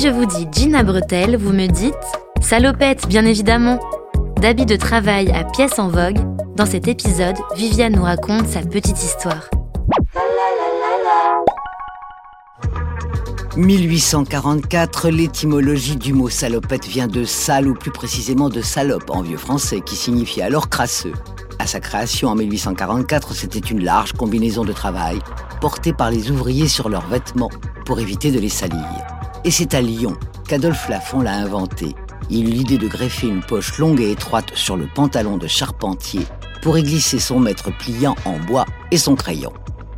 je vous dis jean à bretelles, vous me dites salopette, bien évidemment. D'habits de travail à pièces en vogue, dans cet épisode, Viviane nous raconte sa petite histoire. 1844, l'étymologie du mot salopette vient de sale, ou plus précisément de salope en vieux français, qui signifie alors crasseux. À sa création en 1844, c'était une large combinaison de travail portée par les ouvriers sur leurs vêtements pour éviter de les salir. Et c'est à Lyon qu'Adolphe Lafont l'a inventé. Il eut l'idée de greffer une poche longue et étroite sur le pantalon de charpentier pour y glisser son mètre pliant en bois et son crayon.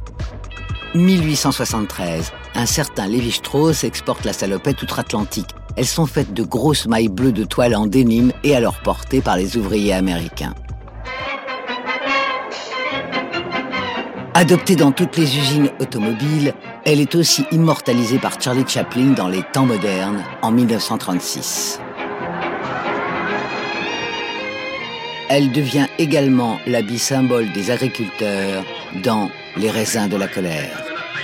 1873, un certain Lévi-Strauss exporte la salopette outre-Atlantique. Elles sont faites de grosses mailles bleues de toile en dénime et alors portées par les ouvriers américains. Adoptée dans toutes les usines automobiles, elle est aussi immortalisée par Charlie Chaplin dans Les Temps modernes en 1936. Elle devient également l'habit symbole des agriculteurs dans Les raisins de la colère.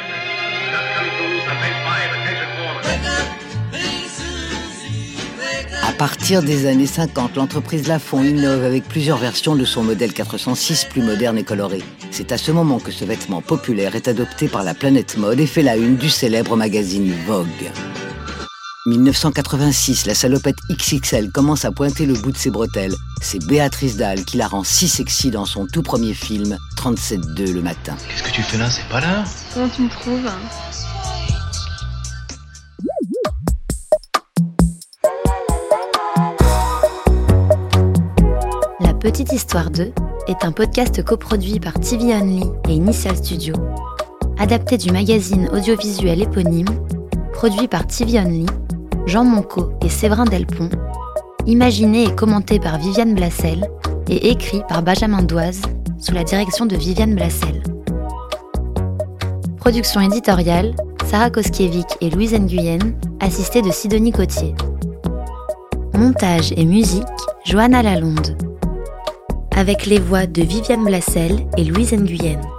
À partir des années 50, l'entreprise Lafont innove avec plusieurs versions de son modèle 406 plus moderne et coloré. C'est à ce moment que ce vêtement populaire est adopté par la planète mode et fait la une du célèbre magazine Vogue. 1986, la salopette XXL commence à pointer le bout de ses bretelles. C'est Béatrice Dalle qui la rend si sexy dans son tout premier film, 37-2 le matin. Qu'est-ce que tu fais là, c'est pas l'heure? Comment tu me trouves? La Petite Histoire 2 est un podcast coproduit par TV Only et Initial Studio, adapté du magazine audiovisuel éponyme, produit par TV Only, Jean Monco et Séverin Delpont, imaginé et commenté par Viviane Blassel et écrit par Benjamin Doise sous la direction de Viviane Blassel. Production éditoriale, Sarah Koskiewicz et Louise Nguyen, assistée de Sidonie Cotier. Montage et musique, Johanna Lalonde. Avec les voix de Viviane Blassel et Louise Nguyen.